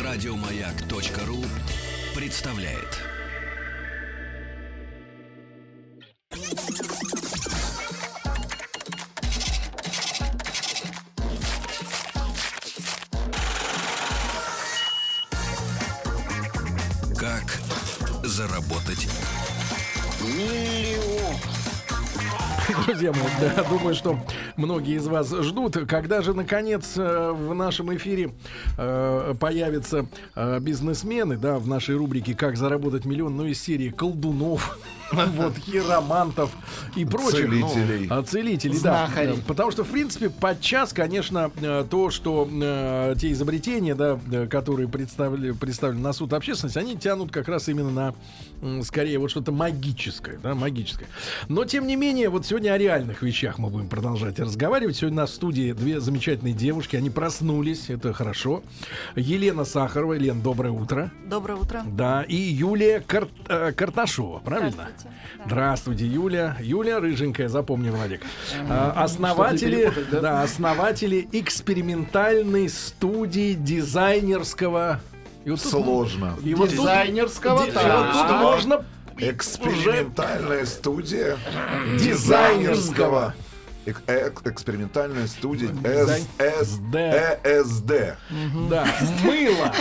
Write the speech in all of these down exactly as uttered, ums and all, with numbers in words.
Радиомаяк.ру представляет. Как заработать миллион? Друзья мои, да, думаю, что многие из вас ждут, когда же, наконец, в нашем эфире э, появятся э, бизнесмены, да, в нашей рубрике «Как заработать миллион», ну, из серии колдунов, вот, хиромантов и прочих. Целителей. Ну, целителей, да. Потому что, в принципе, подчас, конечно, то, что э, те изобретения, да, которые представили, представлены на суд общественности, они тянут как раз именно на, э, скорее, вот что-то магическое, да, магическое. Но, тем не менее, вот сегодня о реальных вещах мы будем продолжать разговаривать. Сегодня у нас в студии две замечательные девушки, они проснулись, это хорошо. Елена Сахарова. Елена, доброе утро. Доброе утро. Да, и Юлия Кар... э, Карташова, правильно? Здравствуйте. Да. Здравствуйте, Юля. Юля Рыженькая, запомни, Владик. А, основатели, да? Да, основатели экспериментальной студии дизайнерского. И вот Сложно. Тут, и вот Дизайнерского. Тут, да. Вот тут можно Экспериментальная студия дизайнерского. Эк- эк- Экспериментальная студия Дизайн- ЭСД. ЭСД. Да, мыло.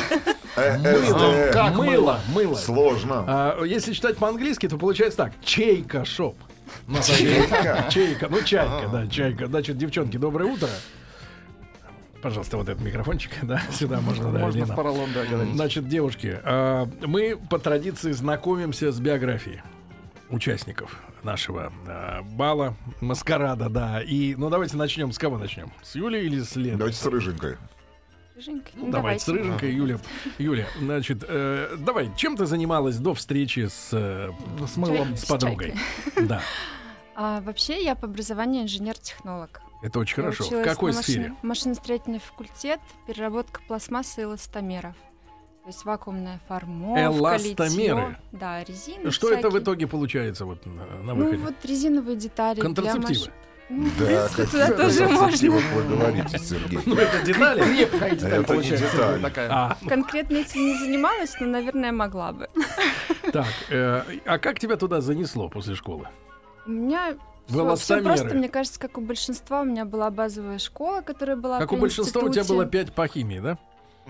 ЭСД. Как Мыло, мыло. Сложно. А, если читать по-английски, то получается так: чайка шоп. На самом деле, Чайка. Чайка, ну чайка, да, чайка. Значит, девчонки, доброе утро. Пожалуйста, вот этот микрофончик, да, сюда можно, да, Можно Лена. в поролон, да, говорить. Значит, девушки, а, мы по традиции знакомимся с биографией участников нашего а, бала, маскарада, да. И, ну, давайте начнем. С кого начнем? С Юлей или с Леной? Давайте с Рыженькой. Рыженька. Ну, давайте с Рыженькой, Юля. Юля, значит, э, давай, чем ты занималась до встречи с, э, С мылом. с подругой? Да, А, вообще, я по образованию инженер-технолог. это очень Я хорошо. В училась какой на сфере? машин- Машиностроительный факультет, переработка пластмассы и эластомеров. То есть вакуумная формовка, Эластомеры? литьё. Да, резины Что это в всякие. итоге получается вот на, на Ну, выходе? вот резиновые детали для Контрацептивы? машин. Ну, в Да, принципе, туда какие тоже можно. контрацептивы вы говорите, Сергей? Ну, это детали? Крепкая деталь Это не получается. деталь. Такая. А, Конкретно этим не занималась, но, наверное, могла бы. так, э, а как тебя туда занесло после школы? У меня В все эластомеры. просто, мне кажется, как у большинства. У меня была базовая школа, которая была Как при у большинства у тебя институте. было пять по химии, да?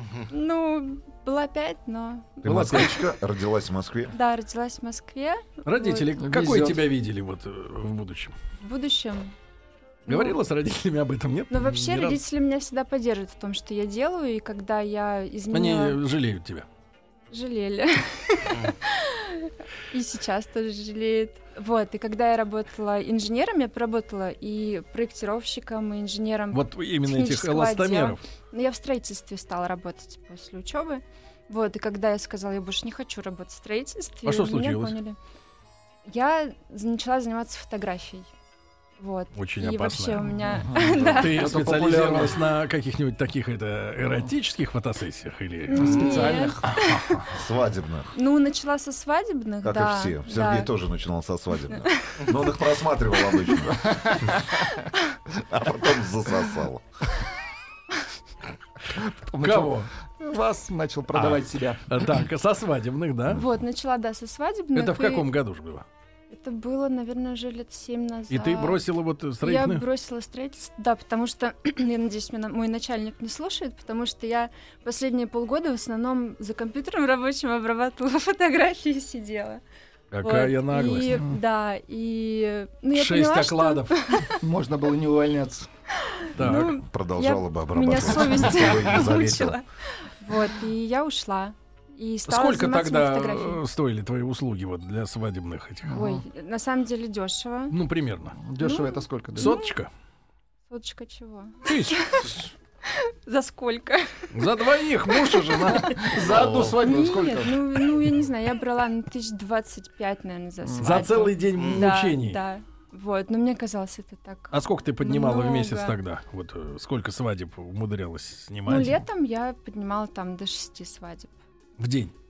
Ну, была пять, но... Ты москвичка, родилась в Москве. Да, родилась в Москве. Родители, Вот. какой Везёт. тебя видели вот э, в будущем? В будущем... ну, Говорила с родителями об этом, нет? Ну, вообще, Ни разу? родители меня всегда поддерживают в том, что я делаю, и когда я изменила... Они жалеют тебя. Жалели. И сейчас тоже жалеют. Вот, и когда я работала инженером, я поработала и проектировщиком, и инженером. Вот именно этих технического эластомеров. Но я в строительстве стала работать после учебы. Вот, и когда я сказала, я больше не хочу работать в строительстве, А что меня случилось? поняли. Я начала заниматься фотографией. Вот. Очень и опасно. вообще у меня... Да. Ты Это специализировалась на каких-нибудь таких это эротических фотосессиях или Нет. специальных? Свадебных. Ну, начала со свадебных, Как да. и все. да. Сергей тоже начинал со свадебных. Но он их просматривал обычно. А потом засосал. Кого? Вас начал продавать себя. А, Так, со свадебных, да? Вот, начала, да, со свадебных. Это в и каком году же было? Это было, наверное, уже лет семь назад. И ты бросила вот Я строительную? бросила строительство, да, потому что, я надеюсь, меня мой начальник не слушает, потому что я последние полгода в основном за компьютером рабочим обрабатывала фотографии и сидела. Какая Вот, наглость. И, да, и... Ну, я Шесть поняла, окладов. Можно было не увольняться. Что, Так. ну, Продолжала бы меня обрабатывать. совесть Никто и не заметил. мучила. Вот, и я ушла. И стала Сколько заниматься тогда фотографией. э, стоили твои услуги вот для свадебных этих? Ой, на самом деле дешево. Ну, примерно. Дешево Ну, это сколько? да? Соточка? Соточка чего? Тысяч. За сколько? За двоих муж и жена. За одну свадьбу Нет, сколько? ну, ну, я не знаю, я брала ну, тысяч двадцать пять, наверное, за свадьбу. За целый день Да, мучений. да. Вот, но мне казалось это так... А сколько ты поднимала в Много. месяц тогда? Вот э, сколько свадеб умудрялась Ну, снимать? летом я поднимала там до шести свадеб. В день.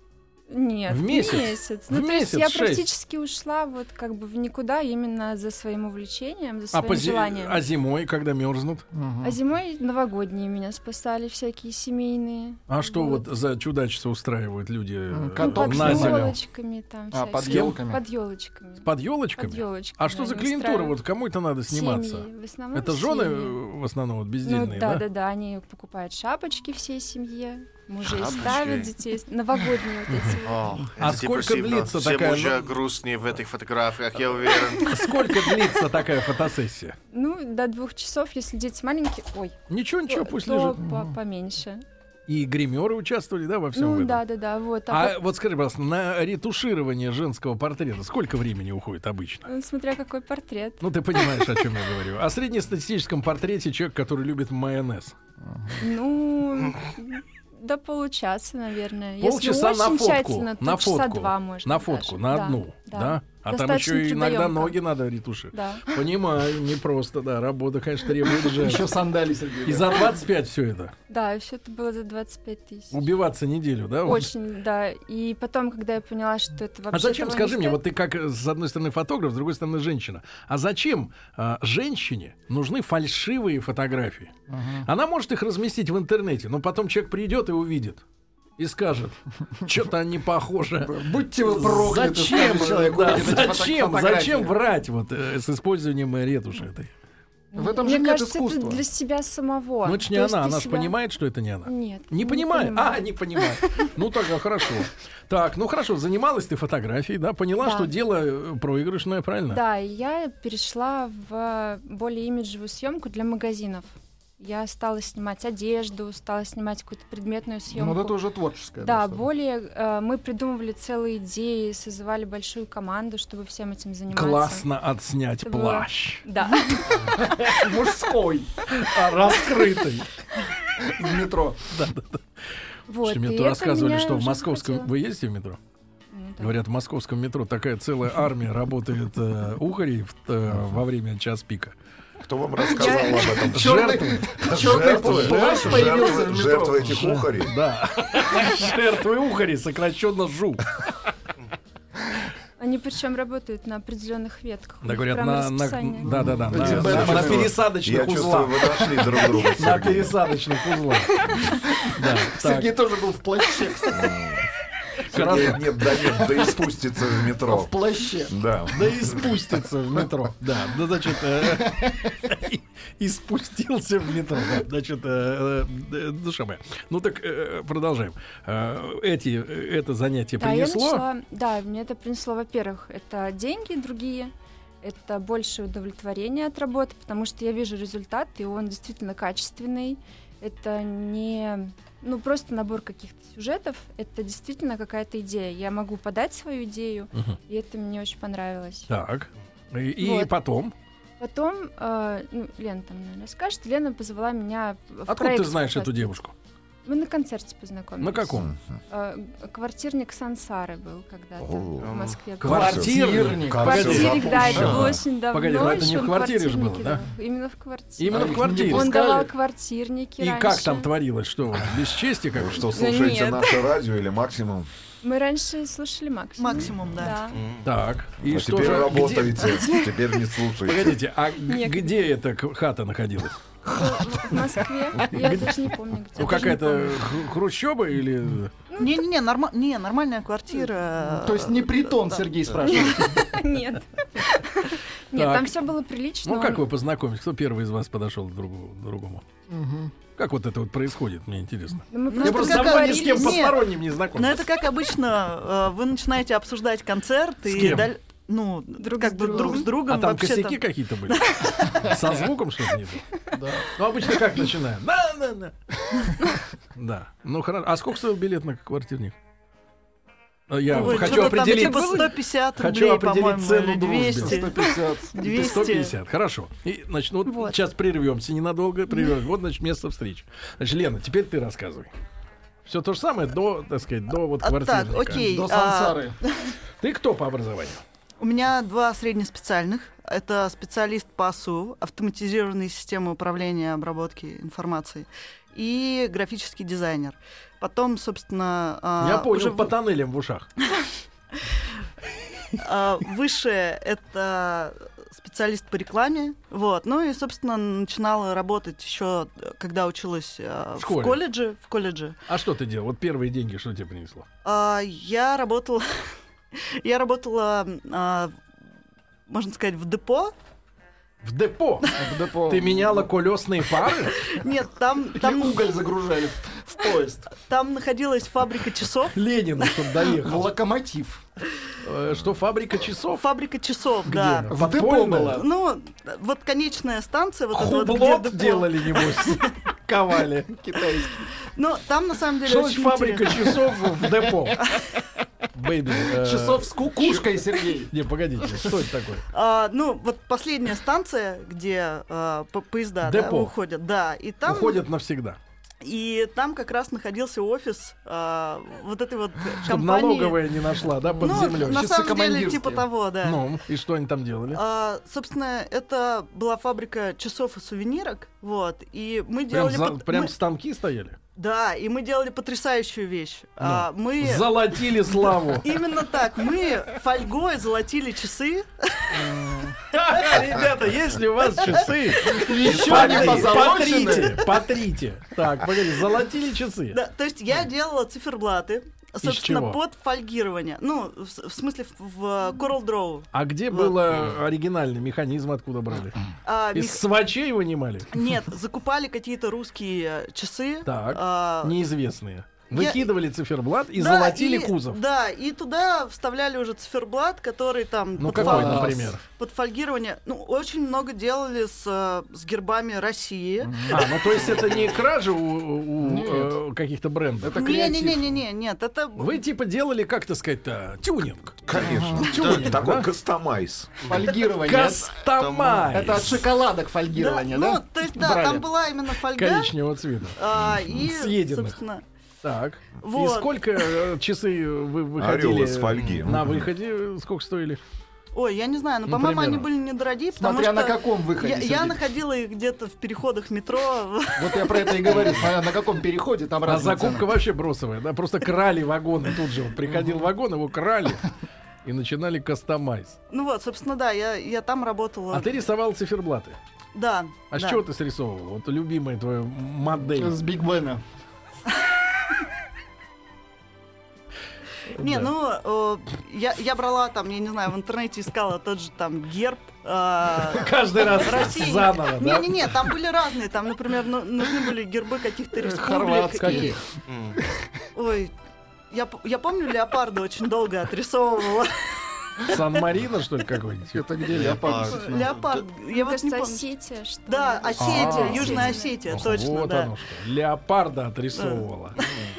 Нет, В месяц? месяц. В Ну, то есть месяц я шесть? практически ушла вот как бы в никуда именно за своим увлечением, за А, своим по зи- желанием. а зимой, когда мерзнут? Мгм. А зимой новогодние меня спасали, всякие семейные. А что вот за чудачество устраивают люди М, э, каток на с зиму? елочками там. А, под всякие. елками? Под елочками. Под елочками? Под елочками. А что за они клиентура? устраивают. Вот кому это надо сниматься? Семьи. В основном Это жены семьи. э, в основном вот Ну бездельные, да, да? да, да, они покупают шапочки всей семье, мужей Шапочки. ставят, детей, новогодние вот эти. вот. О, А это сколько депрессивно. длится Все такая, мужья ну- грустные в этих фотографиях, я уверен. Сколько длится такая фотосессия? Ну, до двух часов, если дети маленькие, ой, Ничего, ничего, то, пусть то лежит. по- поменьше. И гримеры участвовали, да, во всем Ну этом? да, да, да, вот. А, А по- вот скажи, пожалуйста, на ретуширование женского портрета сколько времени уходит обычно? ну, смотря какой портрет. Ну, ты понимаешь, о чем я говорю. О среднестатистическом портрете человек, который любит майонез. Ну, до получаса, наверное. Полчаса Если на очень фотку, тщательно, то на часа фотку, два можно. на фотку, даже. на Да, одну, да? А там Достаточно еще и иногда трудоёмко. ноги надо ретушировать. Да. Понимаю, не просто, да, работа, конечно, требует Еще жертв. сандали, Сергей. И за двадцать пять все это. Да, и все это было за двадцать пять тысяч. Убиваться неделю, да? Очень, да. И потом, когда я поняла, что это вообще... А зачем, того скажи не мне, стоит, вот ты как э, с одной стороны фотограф, с другой стороны женщина. А зачем а, женщине нужны фальшивые фотографии? Мгм. Она может их разместить в интернете, но потом человек придет и увидит. И скажет, что-то они похожи. Будьте вы прокляты, Зачем, скажет человек, да, увидит эти фото- зачем, фотографии. зачем врать вот, э, с использованием э, ретуши этой? В этом Мне же нет кажется, искусства. это для себя самого. Ну это ж не То есть она, ты она же себя- понимает, что это не она. Нет. Не понимает? понимаю. А, не понимает. Ну тогда хорошо. Так, ну хорошо, занималась ты фотографией, да, поняла, Да. что дело э, проигрышное, правильно? Да, и я перешла в более имиджевую съемку для магазинов. Я стала снимать одежду, стала снимать какую-то предметную съемку. Ну, вот это уже творческое. Да, что-то. более э, мы придумывали целые идеи, созывали большую команду, чтобы всем этим заниматься. Классно отснять Это было- плащ. Да. Мужской А, раскрытый. в метро. Вот. Слушайте, мне и тут это рассказывали, меня что в уже московском... захватило. Вы ездите в метро? Ну да. Говорят, в московском метро такая целая армия работает э, ухарей в- э, во время час пика. Кто вам рассказал об этом? Жертвы. Черный Жертвы, плащ появился в жертвы, метро. жертвы этих ухарей. Да. Жертвы ухарей, сокращенно ЖУ. Они причем работают на определенных ветках. У Да, них говорят, прям на, на, расписание. да, да, да, на, Эти на- бэджи. на Я пересадочных чувствую, узлах. вы нашли друг друга, На Сергей. пересадочных узлах. Да, так, Сергей тоже был в плаще, кстати. Сергей, нет, да нет, да и спустится в метро. В плаще. Да. да и спустится в метро. Да, да, значит, э, и- и спустился в метро. Да, значит, э, э, душа моя. Ну так э, продолжаем. Э, Эти, это занятие Да, я принесло. начала, да, мне это принесло, во-первых, это деньги другие, это больше удовлетворения от работы, потому что я вижу результат, и он действительно качественный. Это не, ну, просто набор каких-то сюжетов, это действительно какая-то идея. Я могу подать свою идею, Мгм. и это мне очень понравилось. Так. И, и Вот. потом. Потом, э, ну, Лена там, наверное, скажет, Лена позвала меня в Откуда проект ты знаешь эту участвовать. девушку? Мы на концерте познакомились. На каком? Э, квартирник Сансары был когда-то О. в Москве. Квартирник. Как Погоди. всё Квартирник, да, это запомнено. было очень давно. Погоди, ну это не ещё в он квартире ж квартирники было, да? давал. Именно в квартире. Именно А в их квартире. не Он пускали? давал квартирники И раньше. как там творилось? Что, вот, бесчестие как Вы что, Ну, слушаете нет. наше радио или максимум? Мы раньше слушали максимум. Максимум, да. Так. И А что теперь же? где- работаете, теперь не слушаете. Погодите, а г- Нет. где эта к- хата находилась? В Москве. Я даже не помню, где. Ну какая-то хру- хрущоба или... Не-не-не, норма- не, нормальная квартира. То есть не притон, Да. Сергей спрашивает. Нет. Нет, Так. там все было прилично. Ну как он- вы познакомились? Кто первый из вас подошел к другу- другому? Мгм. Как вот это вот происходит, мне интересно. Ну, мы Ну, Я это просто как давно ни с кем говорили- посторонним не знаком. Но это как обычно, э, вы начинаете обсуждать концерт С и кем? даль- ну, Друг как с бы другом. друг с другом А там вообще-то- косяки какие-то были? Со звуком что-то не то? Да. Ну обычно как начинаем? Да-да-да. Да. Ну хорошо. А сколько стоил билет на квартирник? Я Ой, хочу что-то там определить... типа сто пятьдесят Хочу рублей, определить по-моему, цену или дружбе. двести. сто пятьдесят. двести. сто пятьдесят, хорошо. И, значит, ну, вот Вот. сейчас прервемся ненадолго. Прервемся. Вот, значит, место встречи. Значит, Лена, теперь ты рассказывай. Все то же самое до, так сказать, до вот А, так, квартирника. окей. До а, Сансары. Ты кто по образованию? У меня два среднеспециальных. Это специалист по АСУ, автоматизированные системы управления обработки информации, и графический дизайнер. Потом, собственно... Я понял, уже по в- тоннелям в ушах. а, Высшее — это специалист по рекламе. Вот. Ну и, собственно, начинала работать еще, когда училась а, В в, школе. колледже. В колледже. А что ты делал? Вот первые деньги что тебе принесло? А, Я работала... Я работала, а, можно сказать, в депо. В депо. В депо. Ты меняла колесные пары? Нет, там, Или там, уголь загружали в поезд. там находилась фабрика часов. Ленина, чтобы В доехал. локомотив. Э, Что, фабрика часов? Фабрика часов, Где да. она? В депо Подпольная? была. Ну, вот конечная станция, вот это вот, где Хублот депо. делали, небось. Ковали. Китайский. Ну, там на самом деле Что очень значит фабрика интересно. часов в депо? Бэйби. э, Часов с кукушкой, Сергей. Не, погодите, что это такое? А, ну, вот последняя станция, где а, по- поезда да, Депо. уходят, да, и там, Уходят навсегда. и там как раз находился офис а, вот этой вот Чтобы компании. налоговая не нашла, да, под Ну, землей. на Часы самом деле, командирские. типа того, да. Ну, и что они там делали? А, собственно, это была фабрика часов и сувенирок, вот, и мы Прям, делали... за- пот- прям мы- станки стояли? Да, и мы делали потрясающую вещь. А, мы... Золотили славу. Именно так. Мы фольгой золотили часы. Ребята, если у вас часы, Еще потри- не позолочены. потрите, потрите. Так, погоди, золотили часы. Да, то есть я делала циферблаты, собственно, чего? под фольгирование. Ну, в, с- в смысле, в, в Coral Draw. А где Вот. был оригинальный механизм, откуда брали? А, Из мех- свачей вынимали? Нет, закупали какие-то русские э, часы. Так, а, неизвестные. я- Выкидывали циферблат и да, золотили и- кузов. Да, и туда вставляли уже циферблат, который там Ну, под, какой, фол- например? под фольгирование. Ну, очень много делали с, э, с гербами России. А, ну то есть это не кража у, у, э, каких-то брендов? Это креатив. Не-не-не, нет, это... Вы типа делали, как так сказать-то, тюнинг. Конечно. Тюнинг, Такой да? кастомайз. Фольгирование. Кастомайз. Это от шоколадок Да, фольгирование, ну, да? то есть, да, Брали. там была именно фольга. Коричневого цвета. а, и, Съеденных. собственно, Так. Вот. И сколько э, часы вы выходили Орёл из фольги. на выходе? Сколько стоили? ой, я не знаю, но, Ну, по-моему, они примерно. были недорогие, потому Смотря что на каком выходе, я, я Сергей. находила их где-то в переходах метро. Вот я про это и говорю. Смотря на каком переходе, там А разная закупка цена. вообще бросовая, да? Просто крали вагоны тут же. Вот приходил вагон, его крали и начинали кастомайз. Ну вот, собственно, да, я, я там работала. А ты рисовал циферблаты. Да. А с да. чего ты срисовывал? Вот любимая твоя модель. С Биг Бена. Не, Да. ну, э, я, я брала там, я не знаю, в интернете искала тот же там герб. э, Каждый раз России. заново, да? Не-не-не, там были разные, там, например, ну- нужны были гербы каких-то республик. Хорватских. и- М. Ой, я, п- я помню, леопарда очень долго отрисовывала. Сан-Марино, что ли, какой-нибудь? Это где леопард? Леопард. Я Мне вот не кажется, помню. Осетия, что Да, ли. Осетия, А, Южная Осетия. Осетия, Ох, точно, вот да. оно что. Леопарда отрисовывала.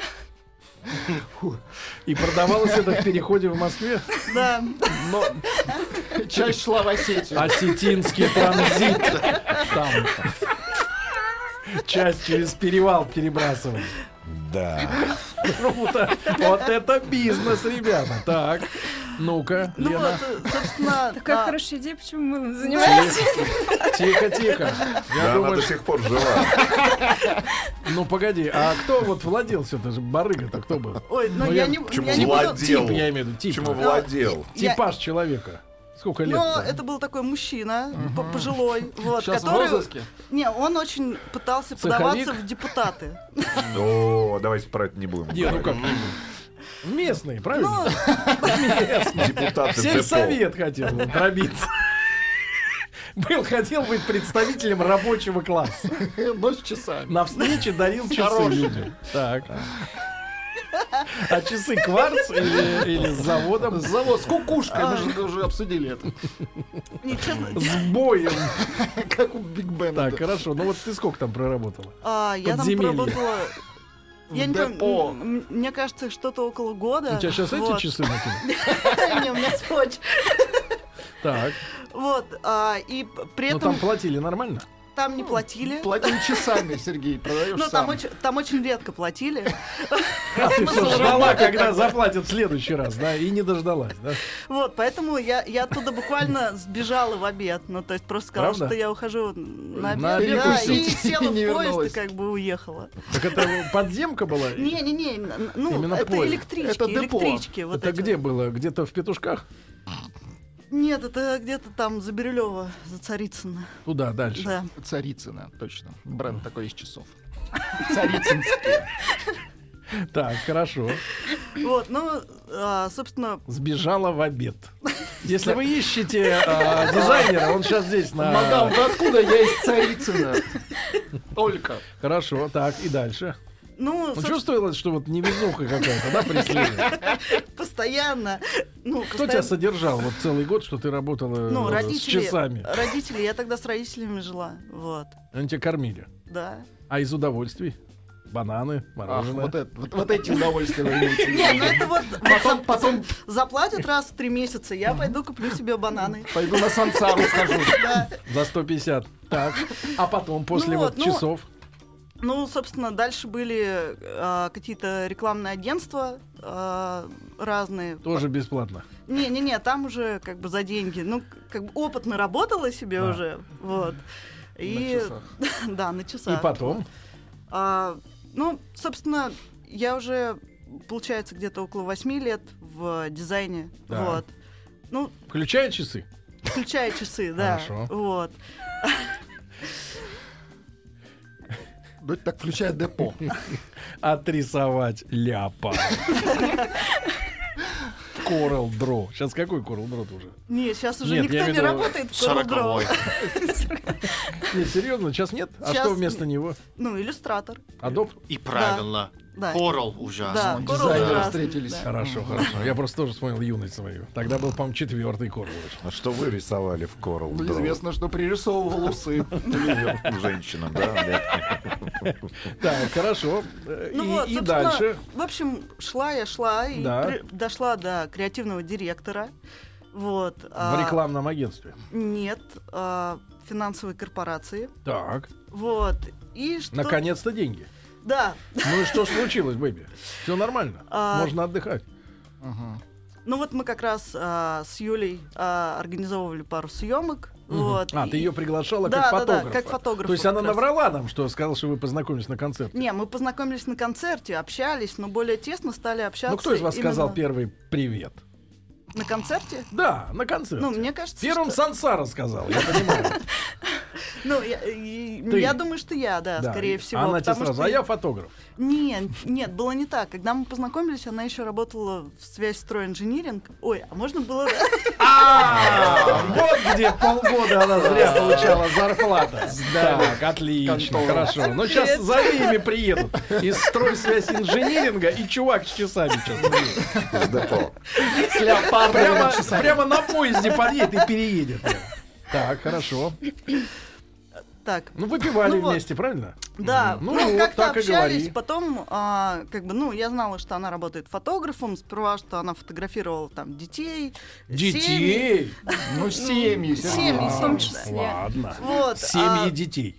И продавалось это в переходе в Москве? Да. Но часть шла в Осетию. Осетинский транзит. Там. Часть через перевал перебрасывали. Да. Круто. Вот это бизнес, ребята. Так, ну-ка, Ну Лена. вот, э, собственно... Такая а, хорошая идея, почему мы занимаемся? Тихо, тихо. Я Да, думаю, она до что- сих пор жива. ну погоди, а кто вот владел все это же барыга-то кто был? Ой, ну Ну, я я- не... Почему я не буду- владел? Тип, я имею в виду, тип. Почему владел? Я- Типаж человека. Сколько лет? Но это был такой мужчина, по- пожилой, вот, Сейчас в который... розыске. Не, он очень пытался Цеховик? подаваться в депутаты. О, давайте про это не будем. Нет, ну как? говорить. Местные, правильно? Ну, Депутаты депо. Сельсовет хотел пробиться. Был, хотел быть представителем рабочего класса. Но с часами. На встрече дарил часы Хороший. людям. Так. А часы кварц или, или с заводом? Завод с кукушкой, мы же уже обсудили это. не, честно, С боем. Как у Биг Бена. Так, хорошо. Ну вот ты сколько там проработала? а, я там Подземелье. поработала... Я не депо. помню, м- мне кажется, что-то около года. У тебя сейчас Вот. эти часы накинули? Не, у меня скотч. Так. Вот, а, и п- при Ну этом там платили нормально? там не платили. Платим часами, Сергей, продаешь Ну, там сам. очень, там очень редко платили. А ты все ждала, когда заплатят в следующий раз, да, и не дождалась, да? Вот, поэтому я, я оттуда буквально сбежала в обед. Ну, то есть просто сказала, Правда? что я ухожу на обед, На обед да, усить. и села И не в поезд и вернулась. как бы уехала. Так это подземка была? Не-не-не, ну, Именно это поезд. электрички, Это депо. электрички. Вот Это эти где вот. было? Где-то в Петушках? Нет, это где-то там за Бирюлево, за Царицыно. Туда, дальше. Да. Царицына, точно. Бренд такой из часов. Царицынские. Так, хорошо. Вот, ну, а, собственно, Сбежала в обед. Если вы ищете а, дизайнера, он сейчас здесь на... Мадам, вы откуда? Я из Царицына. Только. Хорошо, так, и дальше. ну, Ну, собственно, чувствовалось, что вот невезуха какая-то, да, преследует? постоянно. Ну, Кто постоянно- тебя содержал вот целый год, что ты работала Ну, э, с родители. часами? Родители, я тогда с родителями жила. Вот, Они тебя кормили. да. А из удовольствий? Бананы, Ах, мороженое. вот, это, вот, вот эти удовольствия вы имеете в виду. Не, ну это вот Потом, потом заплатят раз в три месяца, я пойду куплю себе бананы. пойду на Сансару схожу. Да. За сто пятьдесят. Так. А потом, после Ну вот, вот, ну, часов. Ну, собственно, дальше были а, какие-то рекламные агентства а, разные. Тоже бесплатно. Не-не-не, там уже как бы за деньги. Ну, как бы опытно работала себе Да. уже. Вот. И, На часах. да, на часах. И потом. А, ну, собственно, я уже, получается, где-то около восьми лет в дизайне. Да. Вот. Ну, Включая часы. включая часы, да. Хорошо. Вот. Дочь так включает депо. Отрисовать ляпа. Corel Draw. Сейчас какой Corel Draw уже? Не, сейчас уже Нет, никто я не имею в виду работает в Сороковой. CorelDRAW. Нет, серьезно, сейчас нет? А Щас что вместо нет. него? Ну, иллюстратор. Adobe? И правильно. Да. Корал Да, ужасно. Corel Дизайнеры ужасный, встретились. да. Хорошо, хорошо. Я просто тоже вспомнил юность свою. Тогда был, по-моему, четвертый Corel. А что вы рисовали в Coral Ну, Draw? известно, что пририсовывал усы. Женщинам, да? Так, хорошо. Э, Ну и, вот, и собственно, дальше. В общем, шла я, шла и Да. при- дошла до креативного директора. Вот. В а, рекламном агентстве. Нет, а, финансовой корпорации. Так, Вот. И что... наконец-то деньги. Да. Ну и что ж случилось, бэби? Все нормально. А, Можно отдыхать. Ну вот мы как раз а, с Юлей а, организовывали пару съемок. Вот, А, и- ты ее приглашала Да, как да, да, фотографа. как фотографа То есть она как раз. наврала нам, что сказала, что вы познакомились на концерте. Не, мы познакомились на концерте, общались, но более тесно стали общаться. Ну кто из вас сказал именно первый привет? На концерте? Да, на концерте. Ну, мне кажется, Первым что... Сансара сказал, я понимаю. Ну, я, и- Ты. я думаю, что я, да, Да. скорее всего. А она тебе потому сразу, что- а я фотограф. Нет, нет, было не так. Когда мы познакомились, она еще работала в связь стройинжиниринг. Ой, а можно было... А, вот где полгода она зря получала зарплату. Так, отлично, Контора. хорошо. Ну сейчас за ними приедут из стройсвязь инжиниринга и чувак с часами сейчас. С депо. С леопардовыми Прямо, часами. прямо на поезде подъедет и переедет. Так, хорошо. Так, Ну выпивали Ну вот. вместе, правильно? да, Ну ну, вот, как-то так и общались, говори. потом, а, как бы, ну, я знала, что она работает фотографом, сперва, что она фотографировала там детей, семьи. Детей. Ну, семьи, Сергей. Семьи, в том числе. Ладно. Вот, Семьи а детей.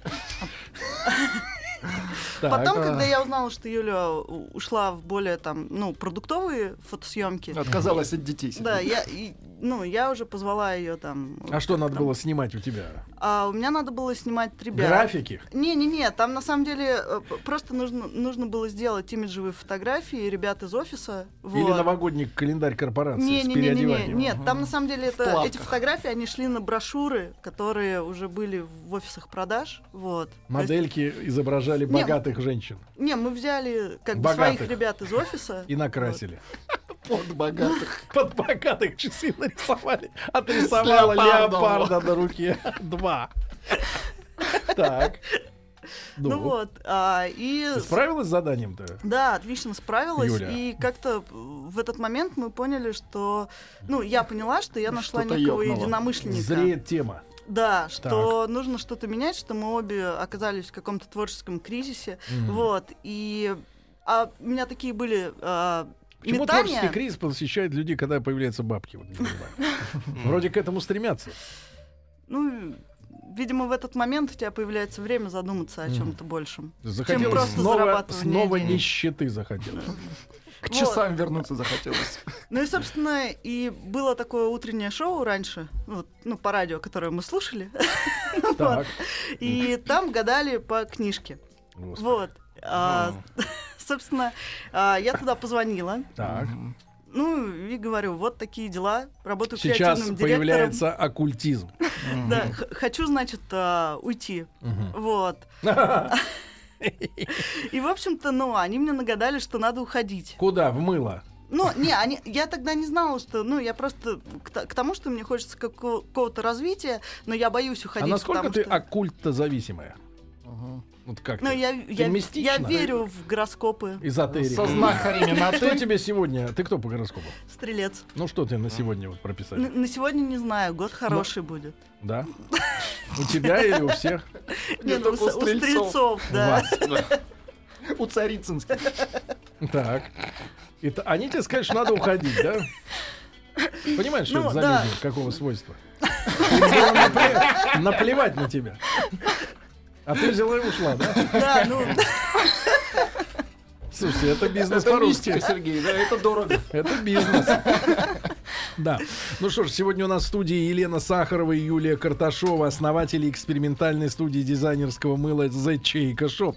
Так. потом, когда я узнала, что Юля у- ушла в более там, ну, продуктовые фотосъемки, Отказалась от детей. Сергей. да, я, и, ну, я уже позвала ее там. А что надо там. было снимать у тебя? А у меня надо было снимать ребят. Графики? Не-не-не, там на самом деле э, п- просто нужно, нужно было сделать имиджевые фотографии ребят из офиса. Или вот. новогодний календарь корпорации с Не-не-не-не, переодеванием? нет, там на самом деле это, плавках. эти фотографии, они шли на брошюры, которые уже были в офисах продаж, вот. То есть- Модельки изображали Не, богатых женщин не, мы взяли как бы Богатых. своих ребят из офиса. и накрасили. Под богатых. Под богатых часы нарисовали. Отрисовала леопардом. леопарда на руке. Два. Так. Вот. Ну вот, а, и... Ты справилась с заданием-то? Да, отлично справилась. Юля. И как-то в этот момент мы поняли, что... Ну, я поняла, что я нашла Что-то некого ёкнуло. единомышленника. Зреет тема. Да, что нужно что-то менять, что мы обе оказались в каком-то творческом кризисе. Мгм. Вот. И а у меня такие были а, Почему метания. творческий кризис посещает людей, когда появляются бабки? Вот не понимаю. Вроде к этому стремятся. Ну, видимо, в этот момент у тебя появляется время задуматься о Мгм. чем-то большем. Захотелось Чем просто снова, зарабатывание снова денег. нищеты захотелось. К часам вернуться захотелось. Ну и, собственно, и было такое утреннее шоу раньше, вот, ну, по радио, которое мы слушали. Так. И там гадали по книжке. Господи. Вот. А, собственно, а, я туда позвонила. Так. Ну, и говорю, вот такие дела. Работаю Сейчас креативным директором. появляется оккультизм. Да, х- хочу, значит, а, уйти. Мгм. Вот. И, в общем-то, ну, они мне нагадали, что надо уходить. Куда? В мыло? Ну, не, они, я тогда не знала, что, ну, я просто к, т- к тому, что мне хочется како- какого-то развития, но я боюсь А уходить. насколько потому ты что- оккульто зависимая? Ага. Вот как Ну, ты? я, Ты я, мистична? я верю в гороскопы. Эзотерика. Со знахарями на Что «ты». тебе сегодня? Ты кто по гороскопу? Стрелец. Ну что ты на сегодня вот прописали? Н- на сегодня не знаю, год хороший будет. Да? У тебя или у всех? Не, ну, у, только у с- у стрельцов, У да. вас. У Царицынских. Так. И т- они тебе сказали, что надо уходить, да? Понимаешь, что Ну, это за да. люди? Какого свойства? Им было напле- наплевать на тебя. А ты взяла и ушла, да? Да, ну, Слушайте, это бизнес Это по-русски. мистика, Сергей, да, это дорого. Это бизнес. Да. Ну что ж, сегодня у нас в студии Елена Сахарова и Юлия Карташова, основатели экспериментальной студии дизайнерского мыла The Чайка Shop.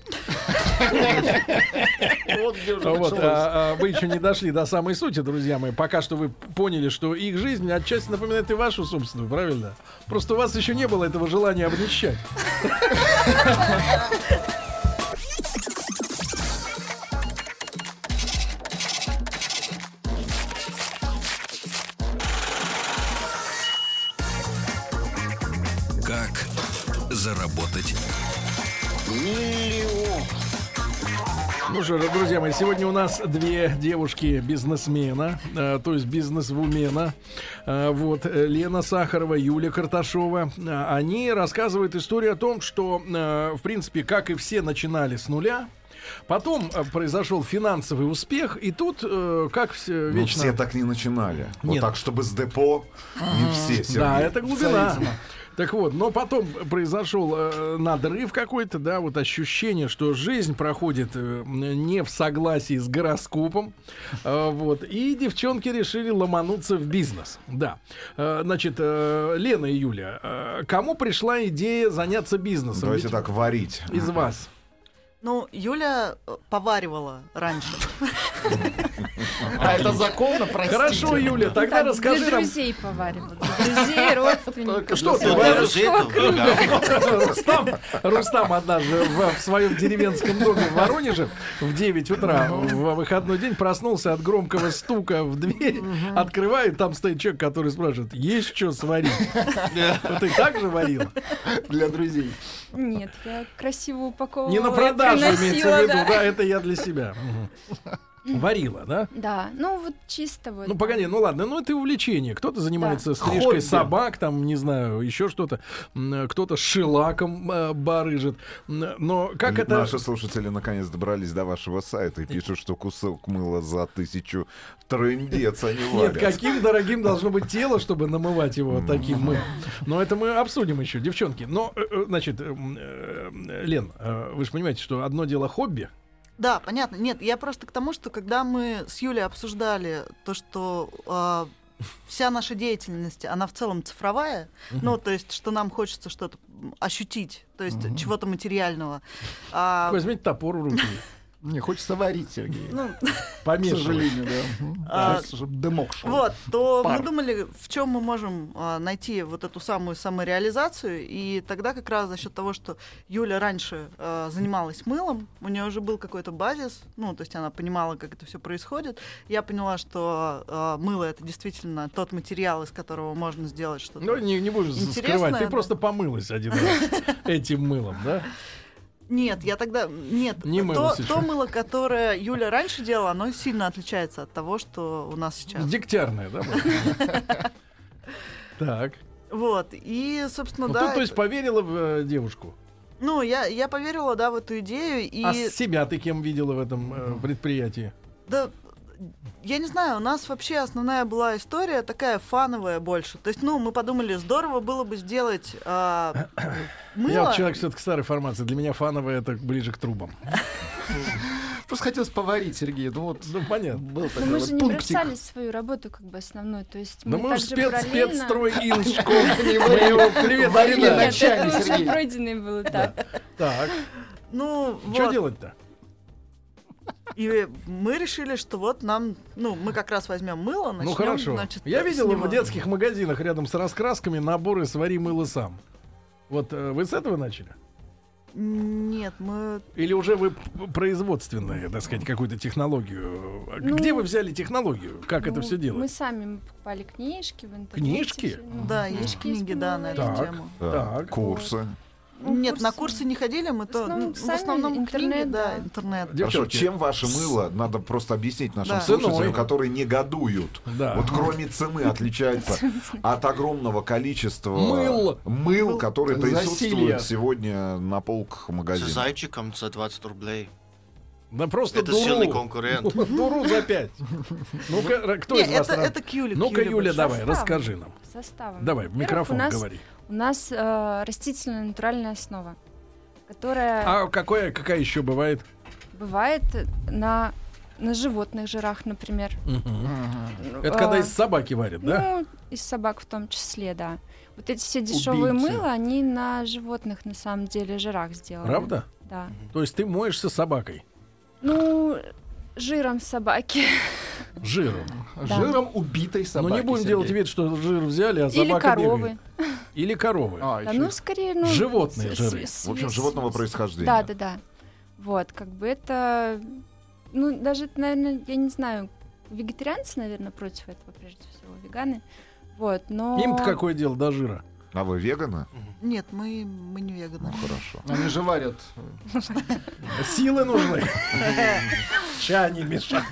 Вот где уже Вот, началось. а, а, вы еще не дошли до самой сути, друзья мои. Пока что вы поняли, что их жизнь отчасти напоминает и вашу собственную, правильно? Просто у вас еще не было этого желания обнищать. Как заработать Ну что ж, друзья мои, сегодня у нас две девушки-бизнесмена, э, то есть бизнес-вумена. Э, вот, э, Лена Сахарова, Юлия Карташова. Э, они рассказывают историю о том, что, э, в принципе, как и все, начинали с нуля. Потом э, произошел финансовый успех, и тут, э, как все Ну, вечно... все так не начинали. Нет. Вот так, чтобы с депо не все, Сергей. Да, это глубина. Так вот, но потом произошел э, надрыв какой-то, да, вот ощущение, что жизнь проходит э, не в согласии с гороскопом, э, вот, и девчонки решили ломануться в бизнес, да. Э, значит, э, Лена и Юля, э, кому пришла идея заняться бизнесом? Давайте Ведь так, варить. из вас. ну, Юля э, поваривала раньше. А это законно, простите. Хорошо, Юля, тогда Так, расскажи для нам. друзей поваривала. Для друзей, родственников. Что ты, Для варишь? друзей это Рустам, Рустам однажды в, в своем деревенском доме в Воронеже в девять утра в выходной день проснулся от громкого стука в дверь, открывает, там стоит человек, который спрашивает, есть что сварить? Вот ты так же варила? Для друзей. Нет, я красиво упаковывала. Не на и продажу приносила, имеется в виду, да. да, это я для себя. Мгм. Варила, да? Да, ну вот чисто вот. Ну, погоди, ну ладно, ну это увлечение. Кто-то занимается стрижкой Хобби. собак, там, не знаю, еще что-то. М, Кто-то шелаком э, барыжит. М, Но как это... Наши слушатели наконец добрались до вашего сайта и пишут, что кусок мыла за тысячу трындец они Нет, варят. каким дорогим должно быть тело, чтобы намывать его таким мылом. Но это мы обсудим еще, девчонки. Но, э, э, значит, э, э, Лен, э, вы же понимаете, что одно дело хобби. Да, понятно. Нет, я просто к тому, что когда мы с Юлей обсуждали то, что э, вся наша деятельность, она в целом цифровая, ну, то есть, что нам хочется что-то ощутить, то есть, чего-то материального. А, Возьмите топор в руки, Мне хочется варить, Сергей. ну, К помешивайте. сожалению, да. Мгм. А, То есть, чтобы дымок шел. вот, то Пар. мы думали, в чем мы можем а, найти вот эту самую самореализацию, и тогда как раз за счет того, что Юля раньше а, занималась мылом, у нее уже был какой-то базис, ну, то есть она понимала, как это все происходит, я поняла, что а, мыло — это действительно тот материал, из которого можно сделать что-то. Ну, не, не будешь Интересное, скрывать, ты да. просто помылась один раз этим мылом, да? Нет, я тогда... Нет, Не то, мылась еще. то мыло, которое Юля раньше делала, оно сильно отличается от того, что у нас сейчас. Дегтярная, да? была? Так. Вот, и, собственно, Ну, да... ты, то есть, поверила в э, девушку? Ну, я, я поверила, да, в эту идею, и... А себя ты кем видела в этом э, предприятии? Да, Я не знаю, у нас вообще основная была история такая фановая больше. То есть, ну, мы подумали, здорово было бы сделать а, мыло. Я вот человек все-таки старой формации. Для меня фановое это ближе к трубам. Просто хотелось поварить, Сергей. Ну вот, ну понятно. Был такой мы вот же не пунктик. Бросали свою работу как бы основную, то есть мы, мы мы также спец, параллельно... спецстрой Иншком. Привет, Марина. Это уже пройденный был этап. Так. Ну, что делать-то? И мы решили, что вот нам, ну, мы как раз возьмем мыло, начнем, ну хорошо. Значит, я видел него. в детских магазинах рядом с раскрасками наборы «Свари мыло сам». Вот э, вы с этого начали? Нет, мы... Или уже вы производственные, так сказать, какую-то технологию? Ну, где вы взяли технологию? Как ну, это все делать? Мы сами мы покупали книжки в интернете. Книжки? Ну, да, есть книги, да, на эту так, тему. Так, курсы. Ну, Нет, курсы. На курсы не ходили, мы в то основном, в основном интернет, книги, да, да, интернет. Хорошо, чем ваше мыло, надо просто объяснить нашим да. слушателям, Ценой. которые негодуют. Да. Вот кроме цены отличается от огромного количества мыл, мыл которые присутствуют Засилья. сегодня на полках магазинов. За зайчиком за двадцать рублей. Да просто это дуру. Сильный конкурент. Дуру за пять. Ну-ка, кто Нет, из вас? Это, это Кюля. Ну-ка, Юля, давай, составом. расскажи нам. Составом. Давай, в микрофон у нас, говори. У нас э, растительная натуральная основа, которая... А какое, какая еще бывает? Бывает на, на животных жирах, например. Угу. Это когда из собаки варят, ну, да? Ну, из собак в том числе, да. Вот эти все дешевые мыла, они на животных, на самом деле, жирах сделаны. Правда? Да. То есть ты моешься собакой? Ну, жиром собаки. Жиром? Да. Жиром убитой собаки. Ну, не будем Сергей. делать вид, что жир взяли, а собака Или коровы. бегает. Или коровы. А, да, ну, скорее, ну... Животные с, жиры. С, в общем, с, животного с, происхождения. Да, да, да. Вот, как бы это... Ну, даже, наверное, я не знаю, вегетарианцы, наверное, против этого, прежде всего, веганы. Вот, но... Им-то какое дело до жира? А вы веганы? Нет, мы, мы не веганы. Ну, хорошо. Они же варят. Силы нужны. Ща не мешать.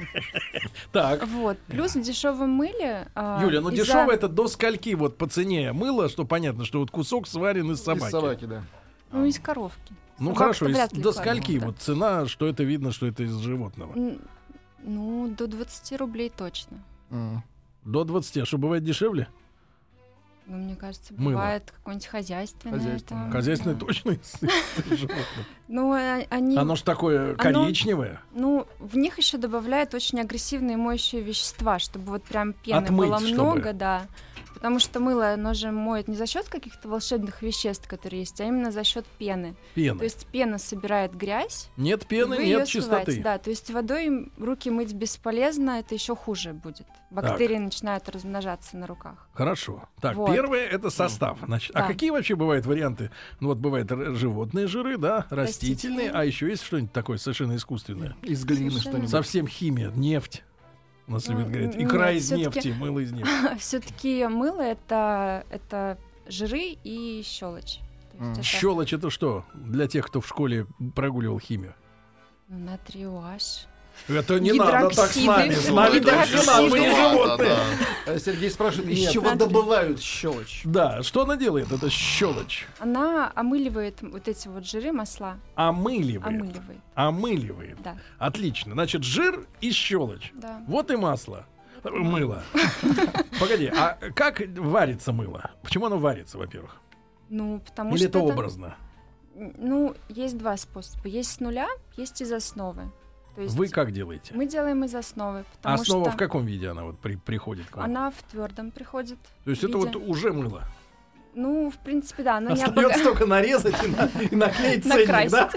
Так. Вот. Плюс в дешевом мыле... а, Юля, ну из-за- дешевое это до скольки вот по цене мыло, что понятно, что вот кусок сварен из собаки. Из собаки, да. Ну, из коровки. Ну Собак-то хорошо, из- вряд ли до кормят, скольки да. вот цена, что это видно, что это из животного? Н- Ну, до двадцати рублей точно. М. До двадцати, а что бывает дешевле? Ну, мне кажется, Мыло. бывает какое-нибудь хозяйственное. Хозяйственное. там, Хозяйственное да. точно из из животных? Ну, а- они... Оно ж такое Оно- коричневое. Ну, в них еще добавляют очень агрессивные моющие вещества, чтобы вот прям пены Отмыть, было чтобы. много, да. Потому что мыло, оно же моет не за счет каких-то волшебных веществ, которые есть, а именно за счет пены. То Пена. есть пена собирает грязь. Нет и пены, вы её нет смываете. чистоты. Да, то есть водой руки мыть бесполезно, это еще хуже будет. Бактерии начинают размножаться на руках. Хорошо. Так, Вот. первое это состав. Значит, а Да. какие вообще бывают варианты? Ну вот бывают р- животные жиры, да, растительные, Растительные. а еще есть что-нибудь такое совершенно искусственное? Из глины Совершенно. что-нибудь. Совсем химия, нефть. У нас Ну, любят говорить, н- икра нет, из всё-таки- нефти, мыло из нефти. Все-таки мыло это, это жиры и щелочь. То есть М. это, Щелочь это что? Для тех, кто в школе прогуливал химию. ну, натрий OH. Это не надо так с нами. С Гидроксиды. нами так не надо, мы не Гидроксиды. животные. Э, Сергей спрашивает, из Нет. чего Натрий. добывают щелочь? Да, что она делает? Это щелочь. Она омыливает вот эти вот жиры, масла. Омыливает. Омыливает, Омыливает. да. Отлично. Значит, жир и щелочь. да. Вот и масло. Э, Мыло. Погоди, а как варится мыло? Почему оно варится, во-первых? Ну, потому Или что это это- образно? Ну, есть два способа. Есть с нуля, есть из основы. То есть Вы как делаете? мы делаем из основы, потому А основа что в каком виде она вот при- приходит к вам? она в твердом приходит. То есть это виде. вот уже мыло. Ну, в принципе, да, но не Остается обога- только нарезать и, на- и наклеить ценник, накрасить. да?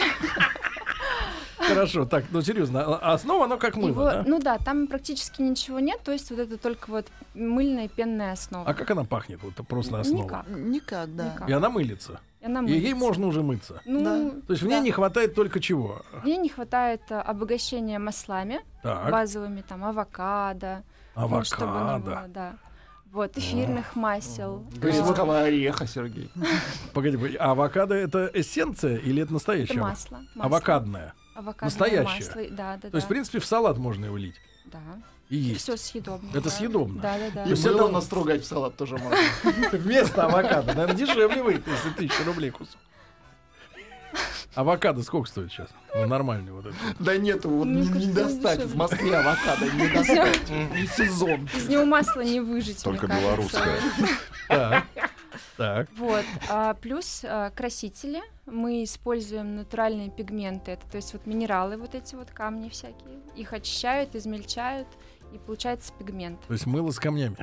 Хорошо, так, ну серьезно, а основа оно как мыло, Его- да? Ну да, там практически ничего нет, то есть вот это только вот мыльная пенная основа. А как она пахнет? Вот просто основа. Никак. Никак, да. Никак. И она мылится. И она И ей мылится. можно уже мыться. Ну, Да. То есть в да. ней не хватает только чего? В ней не хватает а, обогащения маслами, Так, базовыми, там, авокадо. ну, чтобы не было, авокадо. да. Вот, эфирных масел. Грецкого ореха, Сергей. Погоди, погоди, а авокадо это эссенция или это настоящее? Это аво- масло. масло. Авокадное. Авокадное настоящее. масло, да, да, То есть, в да. принципе, в салат можно его лить Да. и есть. Все съедобно. Это да. съедобно? Да, да, да. И есть мыло это- настругать в салат тоже можно. Вместо авокадо. Наверное, дешевле выйдет, если тысяча рублей кусок. Авокадо сколько стоит сейчас? Ну, нормальный вот этот. Да нету, вот Мне не, не кажется, достать дешевле. в Москве авокадо, не достать. Не сезон. Из него масла не выжить, Только мне кажется. белорусское. Так. Так. Вот. А, плюс а, красители. Мы используем натуральные пигменты. Это, то есть вот минералы, вот эти вот камни всякие. Их очищают, измельчают, и получается пигмент. То есть мыло с камнями.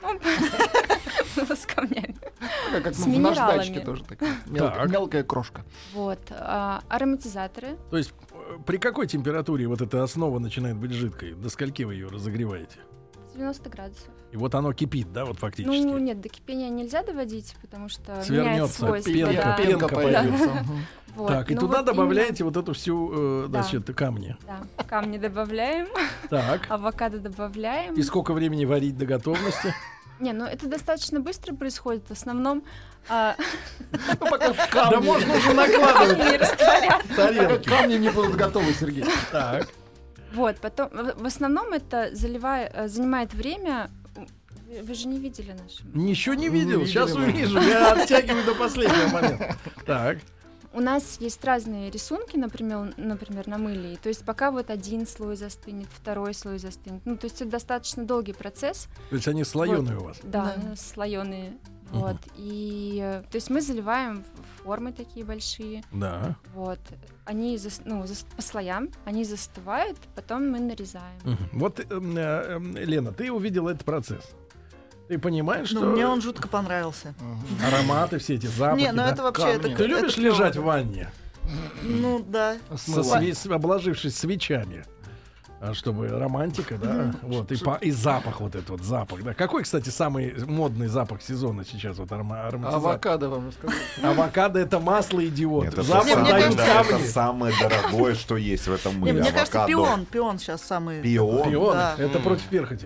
Мыло с камнями. Как С в наждачке минералами. тоже такая. мел- Так. Мелкая крошка. Вот. А, ароматизаторы. То есть э, при какой температуре вот эта основа начинает быть жидкой? До скольки вы ее разогреваете? девяносто градусов. И вот оно кипит, да, вот фактически? Ну, нет, до кипения нельзя доводить, потому что меняет Свернется, свойства. пенка, да. пенка Пенка появится. появится. Мгм. Вот. Так, и Ну, туда вот добавляете вот эту всю, э, Да. значит, камни. именно, да, камни добавляем, Так. авокадо добавляем. И сколько времени варить до готовности? Не, ну это достаточно быстро происходит. В основном а, Ну, пока Да камни- можно уже накладывать не растворяться. пока тарелки. камни не будут готовы, Сергей. Так. Вот, потом, в в основном это заливая, э, занимает время. Вы вы же не видели наши. Ничего не Не видел. видели Сейчас мы. увижу. Я оттягиваю до последнего момента. Так. У нас есть разные рисунки, например, например, на мыле. То есть пока вот один слой застынет, второй слой застынет. Ну, то есть это достаточно долгий процесс. То есть они слоеные у вас. Да, Да. слоеные. Мгм. Вот. И э, то есть мы заливаем в формы такие большие. Да. Вот. Они зас- ну, зас- по слоям, они застывают, потом мы нарезаем. Мгм. Вот, э, э, э, Лена, ты увидела этот процесс. Ты понимаешь, Ну, что мне он жутко понравился. ароматы, все эти запахи. Не, ну да? это вообще... камни. это- Ты это любишь клёво. лежать в ванне, Ну, да. С со мылом. све- с- обложившись свечами? А, чтобы романтика, да, вот, и, по- и запах, вот этот вот запах, да. Какой, кстати, самый модный запах сезона сейчас, вот арома- ароматизатор? Авокадо вам рассказал. Авокадо — это масло, идиот. Нет, это, Запах Не, мне самое, дают кажется- это камни. самое дорогое, что есть в этом Не, мыле. мне кажется, Авокадо. пион. Пион сейчас самый... Пион? Пион, Да. это М. против перхоти.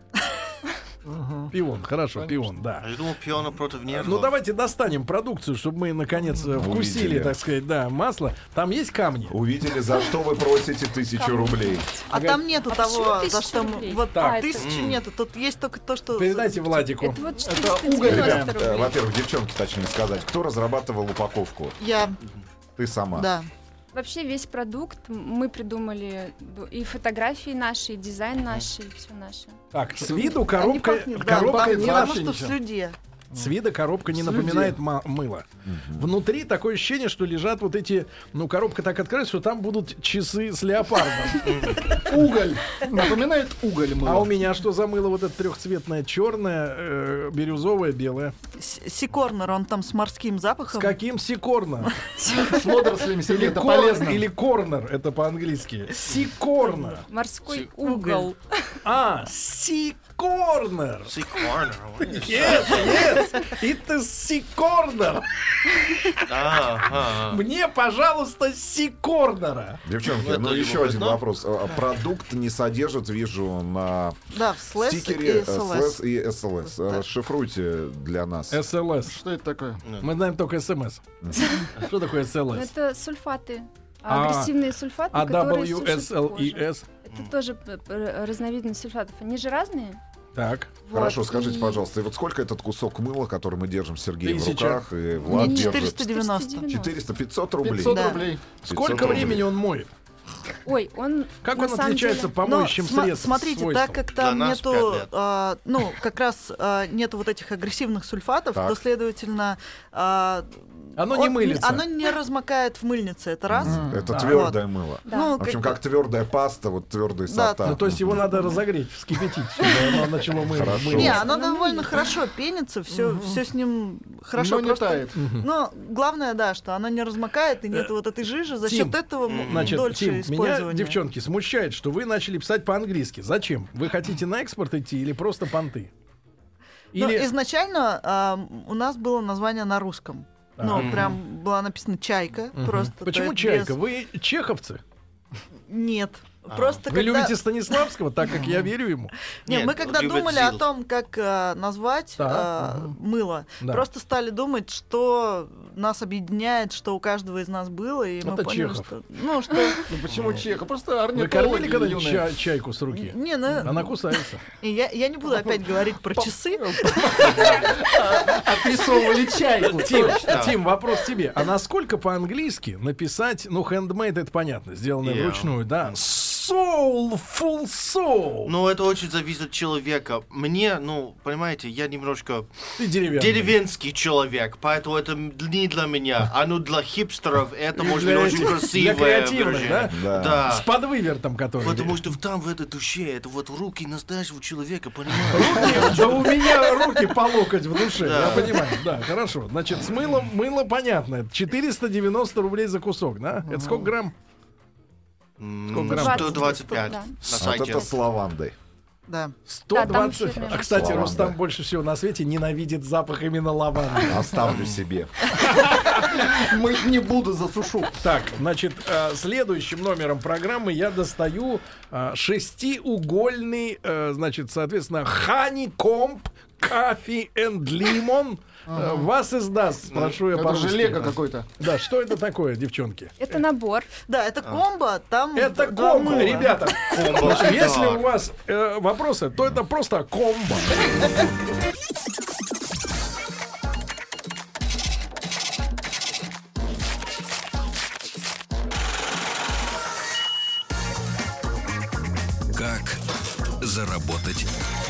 Ага. Пион, хорошо, Конечно. пион, да. А я думал, пиона против нервов. Ну давайте достанем продукцию, чтобы мы наконец э, вкусили, Увидели. так сказать, да, масло. Там есть камни? Увидели, за что вы просите тысячу рублей. А Ага. там нету А того, почему за тысяча что... мы- рублей? Вот Так. А, это- тысячи М. нету. Тут есть только то, что... Передайте Владику. Это вот уголь. четыреста Ребят, девяносто э, рублей. во-первых, девчонки, точнее сказать, кто разрабатывал упаковку? Я... Ты сама. Да. Вообще весь продукт мы придумали, ду- и фотографии наши, и дизайн наш, и все наше. Так, с виду Не коробка, пахнет, да, коробка пахнет, не потому наша что в ничего. слюде. С вида коробка не С напоминает людей. ма- мыло. Мгм. Внутри такое ощущение, что лежат вот эти, ну, коробка так открыта, что там будут часы с леопардом. Уголь. Напоминает уголь мыло. А у меня что за мыло? Вот это трехцветное, черное, э, бирюзовое, белое. С- Сикорнер, он там с морским С запахом. каким сикорна? С водорослями, Сергей, Или, это кор- полезно. или корнер, это по-английски. Сикорна. Морской Си- угол. А, сикорнер. See corner. Yes, yes, это сикорнер. А, а. Мне, пожалуйста, сикорнера. Девчонки, Ну, ну это еще любопытно. один вопрос. А, Продукт не содержит, вижу, на Да, в слэс стикере и э, СЛС. слэс и эс эл эс. Да. Расшифруйте для нас. СЛС. Что это такое? Мы знаем только СМС. Что такое Ну, СЛС? это сульфаты. А, Агрессивные сульфаты, А которые дабл ю сушат эс эл и кожу. эс? Это тоже п- п- разновидность сульфатов. Они же разные. Так. Хорошо, Вот, скажите, и- пожалуйста, и вот сколько этот кусок мыла, который мы держим с Сергеем в Тысяча. руках, и Влад Нет, держит? четыреста девяносто. четыреста пятьсот рублей. пятьсот Да. рублей. Сколько пятьсот времени он моет? Ой, он Как на он самом отличается деле- по Но моющим сма- средствам? смотрите, свойствам? так как там Для нас нету, пять лет. а, ну, как раз а, нету вот этих агрессивных сульфатов, Так. то, следовательно, а, Оно не он- мылится. Оно не размокает в мыльнице, это раз. М. Это А, твердое мыло. Да. Ну, В общем, бы- как твердая паста, вот твердые Да. сорта. Ну, то есть его надо разогреть, вскипятить, чтобы оно начало мыть. Хорошо. мыть. Не, Хорошо. оно довольно хорошо пенится, все, все с ним хорошо. Но не просто- тает. Но главное, да, что она не размокает и нет Э, вот этой жижи. За Тим, счет этого м, Значит, дольше Тим, меня, использования. девчонки, смущает, что вы начали писать по-английски. Зачем? Вы хотите на экспорт идти или просто понты? Но Или... изначально а, у нас было название на русском. Ну, Ага. прям была написана «Чайка». Мгм. Просто, то Почему есть чайка? без- Вы чеховцы? Нет. Просто Вы когда... любите Станиславского, так как я верю ему? Не, Нет, мы когда любит думали о Зил. том, как э, назвать Да. э, мыло, Да. просто стали думать, что нас объединяет, что у каждого из нас было, и мы Это поняли, Чехов. что... Ну, что... Ну почему Чехов? Просто Вы орнитологи кормили когда-нибудь юные. ча- чайку с руки? Не, ну, Она кусается. и я, я не буду опять говорить про часы. Отрисовывали чайку. Тим, Точно. Тим, вопрос тебе. А насколько по-английски написать, ну, handmade, это понятно, сделанное Yeah. вручную, да? Soulful soul. Ну, это очень зависит от человека. Мне, ну, понимаете, я немножко Ты деревянный. деревенский человек, поэтому это не для меня. А ну для хипстеров это И может для быть очень этих- для красивое креативных, выражение. да? Да. С подвывертом, который. Потому что там в этой душе это вот руки настоящего человека, понимаешь? Да у меня руки по локоть в душе, Да. я понимаю. Да, хорошо. Значит, с мылом, мыло понятно. четыреста девяносто рублей за кусок, да? Это сколько грамм? М, грамм? сто двадцать пять Да. на Вот сайте. это с лавандой. Да. сто двадцать. Да, там А, кстати, Лаванда. Рустам больше всего на свете ненавидит запах именно лаванды. Оставлю себе. Мы не буду, засушу. Так, значит, э, следующим номером программы я достаю э, шестиугольный, э, значит, соответственно, Honeycomb Coffee and Lemon. Э, Вас издаст, спрошу я Это по-русски. же лего какой-то. Да, что это такое, девчонки? Это набор. Да, это комбо, там... Это два комбо, мыла. ребята. Комбо, Значит, если да. у вас э, вопросы, то это просто комбо. Как заработать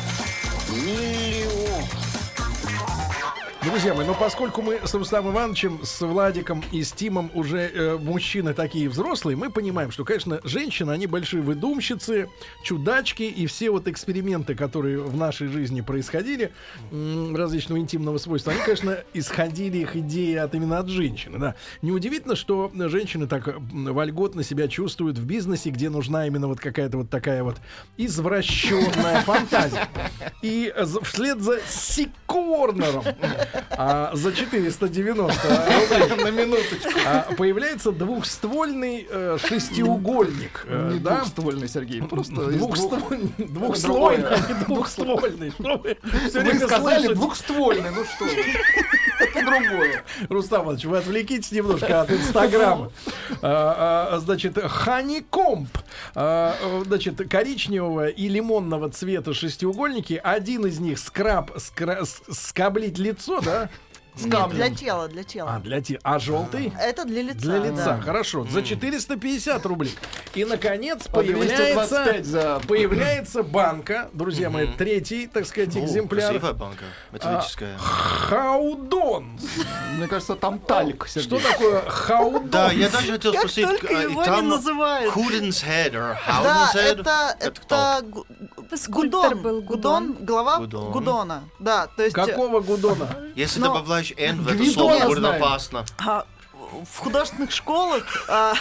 Друзья мои, ну поскольку мы с Рустамом Ивановичем, с Владиком и с Тимом уже э, мужчины такие взрослые, мы понимаем, что, конечно, женщины, они большие выдумщицы, чудачки, и все вот эксперименты, которые в нашей жизни происходили, м, различного интимного свойства, они, конечно, исходили их идеи от именно от женщины. Да. Неудивительно, что женщины так м, вольготно себя чувствуют в бизнесе, где нужна именно вот какая-то вот такая вот извращенная фантазия. И за- вслед за Сикорнером а, за четыреста девяносто рублей на минуточку а, появляется двухствольный э, шестиугольник. э, Не да? двухствольный, Сергей, просто из двух- Двухствольный, двухслойный, а не двухствольный. Что вы всё Вы время сказали слышите? двухствольный, ну что вы. Это другое. Рустам Иванович, вы отвлекитесь немножко от Инстаграма. А, а, Значит, Honeycomb. А, а, Значит, коричневого и лимонного цвета шестиугольники. Один из них скраб, скра- с- скоблить лицо, да? С Нет, камнем. для тела, для А, тела. для те... а желтый? Это для лица. Для лица, да. хорошо. За четыреста пятьдесят рублей. И, наконец, По двести двадцать пять появляется, за... появляется банка, друзья мои, Мгм. третий, так сказать, О, экземпляр. красивая банка, металлическая. Хаудон. Мне кажется, там талик, Сергей. Что такое хаудон? Да, я даже хотел Как спросить, только а, его не там называют. Hooden's Head or Да, Howden's Head? это, Это это, гу- Это скульптор Гудон, был Гудон, Гудон. глава Гудон. Гудона. Да, то есть э, Какого гудона? Если Но- добавляешь N в это Гвидона слово, будет знаем. опасно. а, в художественных школах а,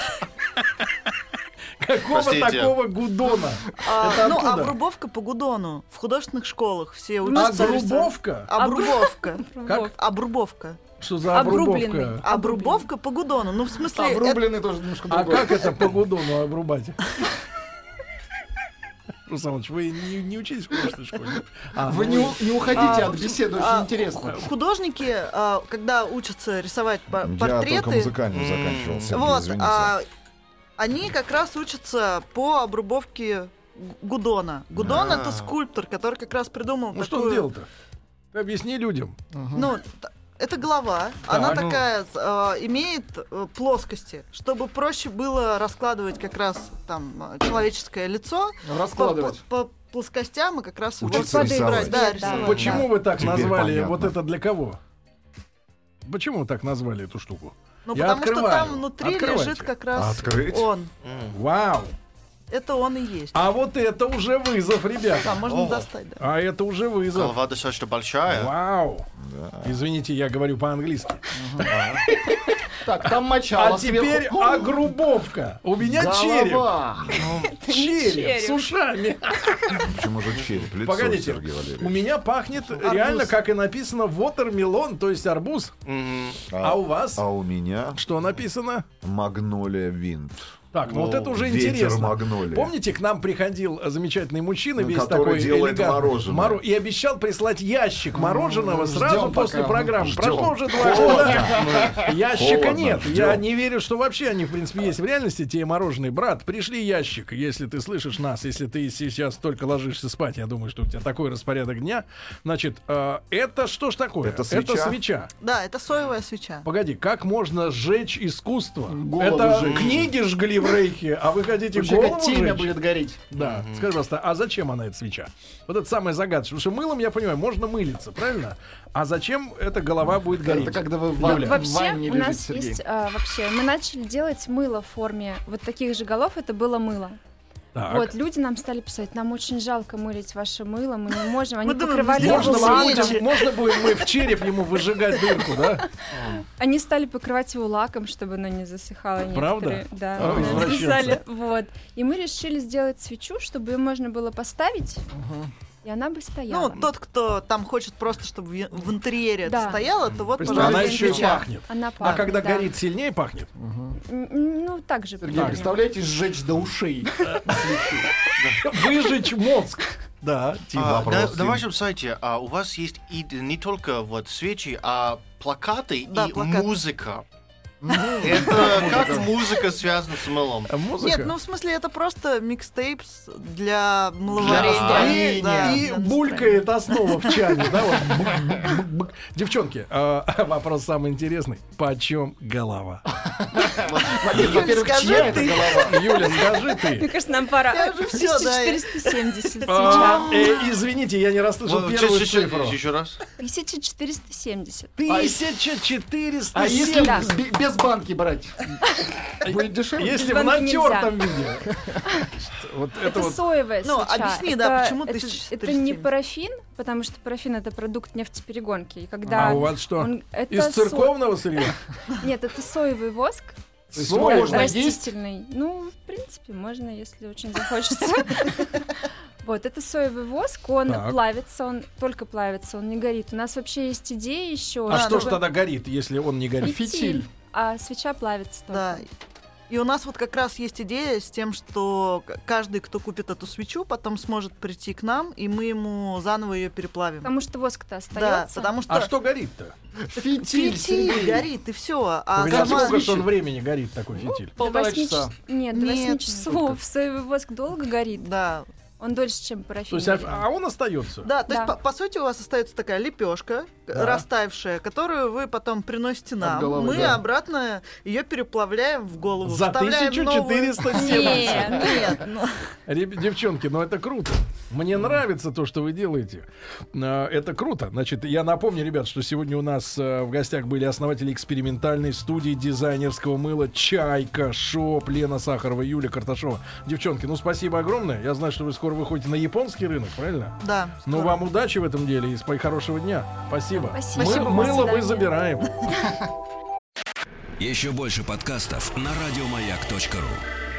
Какого Простите. такого гудона? а, Это ну, откуда? обрубовка по Гудону. В художественных школах все А учатся. грубовка? Обрубовка. Как? Обрубовка. Что за обрубовка? Обрубленный. Обрубовка по Гудону. Ну, в смысле, это- Обрубленный тоже немножко А другой. как это по гудону обрубать? Руслан Иванович, вы не, не учились в художественной школе? А, Вы ну не, у- не уходите А, от беседы, очень а, интересно. художники, а, когда учатся рисовать по- Я только портреты, музыкальную М. заканчивал, Сергей, вот, извините. а, они как раз учатся по обрубовке Гу- Гудона. Гудон А. это скульптор, который как раз придумал Ну что такую... он делал-то? Ты объясни людям. Ну, т- это голова. Она Так. такая э, имеет э, плоскости, чтобы проще было раскладывать как раз там э, человеческое лицо Раскладывать. по, по плоскостям и как раз его Учиться собирать. рисовать. Да, Да. рисовать. Почему вы так Теперь назвали понятно. вот это для кого? Почему вы так назвали эту штуку? Ну, Я потому открываю. что там внутри Открывайте. лежит как раз Открыть? он. М. Вау! Это он и есть. А вот это уже вызов, ребята. Да, можно О. достать, да. А это уже вызов. Голова достаточно большая. Вау! Извините, я говорю по-английски. Так, там мочало А теперь сверху. огрубовка. У меня череп. Голова. Череп череп. с ушами. Почему же череп? Лицо, Погодите, Сергей у Валерьевич. меня пахнет реально, как и написано, watermelon, то есть арбуз. Мгм. А у вас? А у меня Что написано? Магнолия Винт. Так, ну О, вот это уже ветер интересно. магнолия. Помните, к нам приходил замечательный мужчина, весь Который такой делает элегантный, мороженое. моро- и обещал прислать ящик мороженого Ждем сразу пока. после программы. Ждем. Прошло уже два года. Ящика Холодно. нет. Ждем. Я не верю, что вообще они, в принципе, есть в реальности, те мороженые. Брат, пришли ящик, если ты слышишь нас, если ты сейчас только ложишься спать, я думаю, что у тебя такой распорядок дня. Значит, э, это что ж такое? Это свеча. Это свеча. Да, это соевая свеча. Погоди, как можно сжечь искусство? Голову это сжечь. книги жгли в Рейхе, а вы хотите Вообще, голову как темя сжечь? будет гореть. Да. Скажи, пожалуйста, а зачем она, эта свеча? Вот это самое загадочное. Потому что мылом, я понимаю, можно мылиться, правильно? А зачем эта голова будет гореть? Это когда вы в ва- Юля. в Вообще, ванне у лежите, нас Сергей. есть а, вообще, мы начали делать мыло в форме вот таких же голов, это было мыло. Так. Вот, люди нам стали писать, нам очень жалко мылить ваше мыло, мы не можем. Они Мы думаем, покрывали мы его Можно, мы свечи. лаком. будем, можно будет мы в череп ему выжигать дырку, да? Они стали покрывать его лаком, чтобы оно не засыхало. Правда? некоторые. Да, А, нам извращенцы. писали. Вот. И мы решили сделать свечу, чтобы ее можно было поставить, и она бы стояла. Ну, тот, кто там хочет просто, чтобы в в интерьере это Да. стояло, то вот, Представь, она пожалуйста, еще и свеча. пахнет. Она А пахнет, когда да. горит, сильнее пахнет? М, м, Ну, так же. Сергей, примерно. представляете, сжечь до ушей. Выжечь мозг. Да, Тим, А, вопрос. на, Тим. на вашем сайте а, у вас есть и д- не только вот свечи, а плакаты Да, и плакаты. музыка. Это как музыка связана с мылом? А музыка? Нет, ну в смысле это просто микстейпс для Да. мыловарения. И, Да, и для булькает основа в чане, да, вот. Бук-бук-бук. Девчонки, а, вопрос самый интересный. Почем голова? Во-первых, скажи чья это ты. голова? Юля, скажи Мне ты. кажется, нам пора. Я же всё, да, и- тысяча четыреста семьдесят А, свеча. э, Извините, я не расслышал Вот, первую щ- щ- цифру. Еще раз. тысяча четыреста семьдесят. тысяча четыреста А если Да. б- без банки брать? Будет дешевле? Если в банки нельзя. натертом виде. Вот это Это вот. соевая Ну, свеча. объясни, Это- да, почему это, тысяча четыреста это не семьдесят? парафин, потому что парафин это продукт нефтеперегонки. И когда А у вас что? он- это Из со- церковного сырья? Нет, это соевый воск. То есть Соя. можно есть? Растительный. Ну, в принципе, можно, если очень захочется. Вот, это соевый воск, он Так. плавится, он только плавится, он не горит. У нас вообще есть идея еще. А что ж тогда горит, если он не горит? Фитиль. А свеча плавится только. Да. И у нас вот как раз есть идея с тем, что к- каждый, кто купит эту свечу, потом сможет прийти к нам, и мы ему заново ее переплавим. Потому что воск-то Да, остается. потому что А что горит-то? Фитиль, фитиль Сергей. горит, и все. А Погоди, сама... сколько же он времени горит такой фитиль? До Полтора восьми часа. час- Нет, до восьми Нет, часов. Соевый воск долго горит. Да, Он дольше, чем То парафин. есть, а, а он остается? да, то есть, Да. по, по сути, у вас остается такая лепешка, Да. растаявшая, которую вы потом приносите нам. головы, мы да. обратно ее переплавляем в голову. За вставляем тысячу новую. четыреста семьдесят. Нет. Нет, ну, Реб- Девчонки, ну это круто. Мне нравится то, что вы делаете. А, Это круто. Значит, я напомню, ребят, что сегодня у нас э, в гостях были основатели экспериментальной студии дизайнерского мыла «Чайка», Шоп, Лена Сахарова, Юлия Карташова. Девчонки, ну спасибо огромное. Я знаю, что вы скоро выходите на японский рынок, правильно? да. Ну скоро. вам удачи в этом деле и спа- хорошего дня. Спасибо. Спасибо. Мы- Спасибо, мыло до мы свидания. забираем. Еще больше подкастов на радиомаяк точка ру.